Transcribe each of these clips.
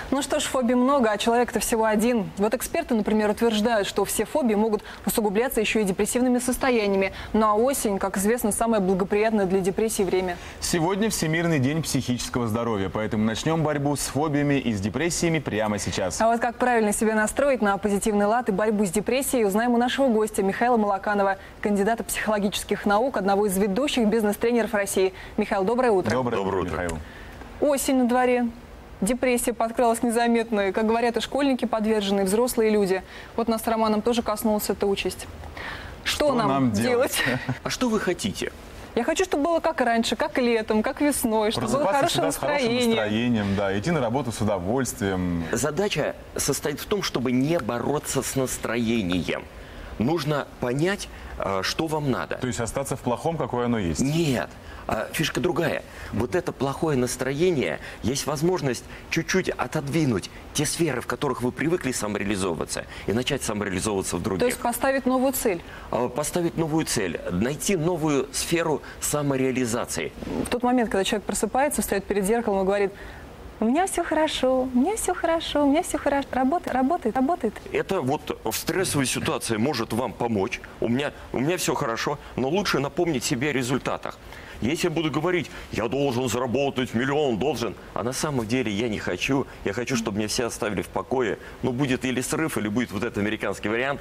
Ну что ж, фобий много, а человек-то всего один. Вот эксперты, например, утверждают, что все фобии могут усугубляться еще и депрессивными состояниями. Ну а осень, как известно, самое благоприятное для депрессии время. Сегодня Всемирный день психического здоровья, поэтому начнем борьбу с фобиями и с депрессиями прямо сейчас. А вот как правильно себя настроить на позитивный лад и борьбу с депрессией, узнаем у нашего гостя Михаила Молоканова, кандидата психологических наук, одного из ведущих бизнес-тренеров России. Михаил, доброе утро. Доброе утро, Михаил. Осень на дворе. Депрессия подкралась незаметно. Как говорят, и школьники подвержены, и взрослые люди. Вот нас с Романом тоже коснулась эта участь. Что нам делать? А что вы хотите? Я хочу, чтобы было как раньше, как летом, как весной, чтобы было Просыпаться хорошее всегда с хорошим настроение. настроением, да, идти на работу с удовольствием. Задача состоит в том, чтобы не бороться с настроением. Нужно понять, что вам надо. То есть остаться в плохом, какое оно есть. Нет, фишка другая. Вот это плохое настроение, есть возможность чуть-чуть отодвинуть те сферы, в которых вы привыкли самореализовываться, и начать самореализовываться в других. То есть поставить новую цель. Поставить новую цель, найти новую сферу самореализации. В тот момент, когда человек просыпается, встает перед зеркалом и говорит: у меня все хорошо, у меня все хорошо, у меня все хорошо. Работает. Это вот в стрессовой ситуации может вам помочь. У меня все хорошо, но лучше напомнить себе о результатах. Если я буду говорить, я должен заработать миллион, а на самом деле я не хочу. Я хочу, чтобы меня все оставили в покое. Ну, будет или срыв, или будет вот этот американский вариант.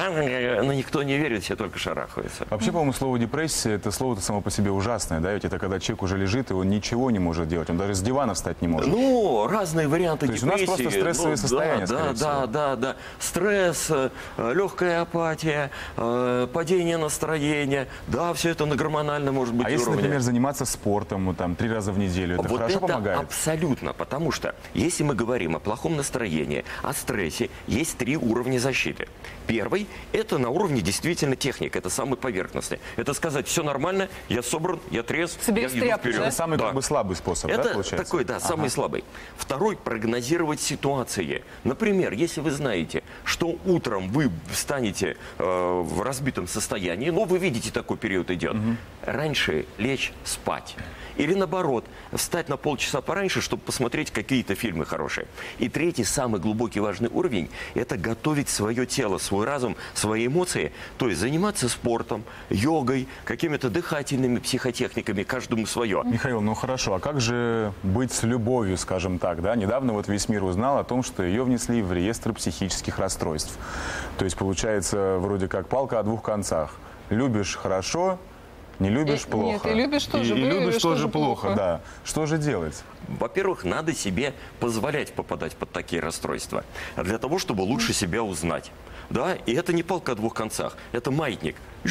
Но никто не верит, все только шарахаются. Вообще, по-моему, слово депрессия, это слово-то само по себе ужасное, да? Ведь это когда человек уже легит, и он ничего не может делать. Он даже с дивана встать не может. Ну, разные варианты депрессии. То есть у нас просто стрессовые состояния, скорее всего. Да. Стресс, легкая апатия, падение настроения. Да, все это на гормональном может быть если, уровне. например, заниматься спортом там 3 раза в неделю, это Вот хорошо это помогает? Абсолютно, потому что если мы говорим о плохом настроении, о стрессе, есть 3 уровня защиты. Первый – это на уровне действительно техники, это самый поверхностный. Это сказать, все нормально, я собран, я трезв, Соберись я иду тряпку, вперед. да? Это самый как бы слабый способ, Это да, получается? такой, да, самый слабый. Второй – прогнозировать ситуации. Например, если вы знаете, что утром вы встанете в разбитом состоянии, но вы видите, такой период идет, раньше лечь спать. Или наоборот, встать на полчаса пораньше, чтобы посмотреть какие-то фильмы хорошие. И третий, самый глубокий важный уровень – это готовить свое тело, свой разум, свои эмоции. То есть заниматься спортом, йогой, какими-то дыхательными психотехниками, каждому свое. Михаил, ну хорошо, а как же быть с любовью, скажем так, да? Недавно вот весь мир узнал о том, что ее внесли в реестр психических расстройств. То есть получается вроде как палка о 2 концах. Любишь – хорошо, не любишь – плохо. Нет, и любишь тоже, и любишь тоже плохо. да. Что же делать? Во-первых, надо себе позволять попадать под такие расстройства, для того, чтобы лучше себя узнать. Да? И это не палка о 2 концах, это маятник.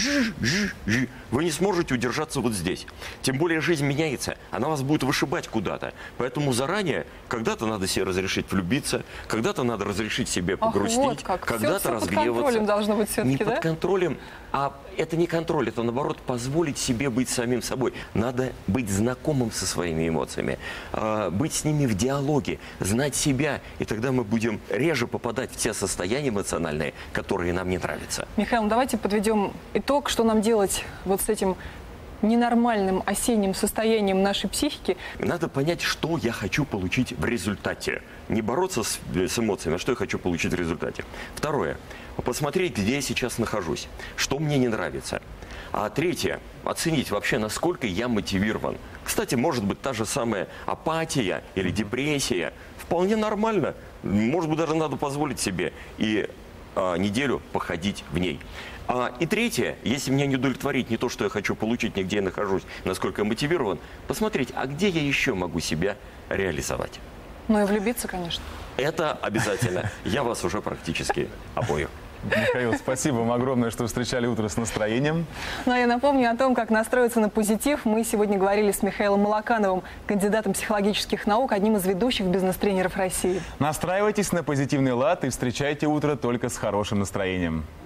Вы не сможете удержаться вот здесь. Тем более жизнь меняется, она вас будет вышибать куда-то. Поэтому заранее, когда-то надо себе разрешить влюбиться, когда-то надо разрешить себе погрустить, вот как. когда-то Все разгневаться. под контролем должно быть все-таки, Не да? под контролем, а это не контроль, это наоборот позволить себе быть самим собой. Надо быть знакомым со своими эмоциями, быть с ними в диалоге, знать себя, и тогда мы будем реже попадать в те состояния эмоциональные, которые нам не нравятся. Михаил, ну давайте подведем итог, что нам делать вот с этим ненормальным осенним состоянием нашей психики. Надо понять, что я хочу получить в результате. Не бороться с эмоциями, а что я хочу получить в результате. Второе. Посмотреть, где я сейчас нахожусь, что мне не нравится. А третье. Оценить вообще, насколько я мотивирован. Кстати, может быть, та же самая апатия или депрессия. Вполне нормально. Может быть, даже надо позволить себе и неделю походить в ней. И третье, если меня не удовлетворит не то, что я хочу получить, не где я нахожусь, насколько я мотивирован, посмотреть, а где я еще могу себя реализовать. Ну и влюбиться, конечно. Это обязательно. Я вас уже практически обоих. Михаил, спасибо вам огромное, что встречали утро с настроением. Ну а я напомню о том, как настроиться на позитив. Мы сегодня говорили с Михаилом Молокановым, кандидатом психологических наук, одним из ведущих бизнес-тренеров России. Настраивайтесь на позитивный лад и встречайте утро только с хорошим настроением.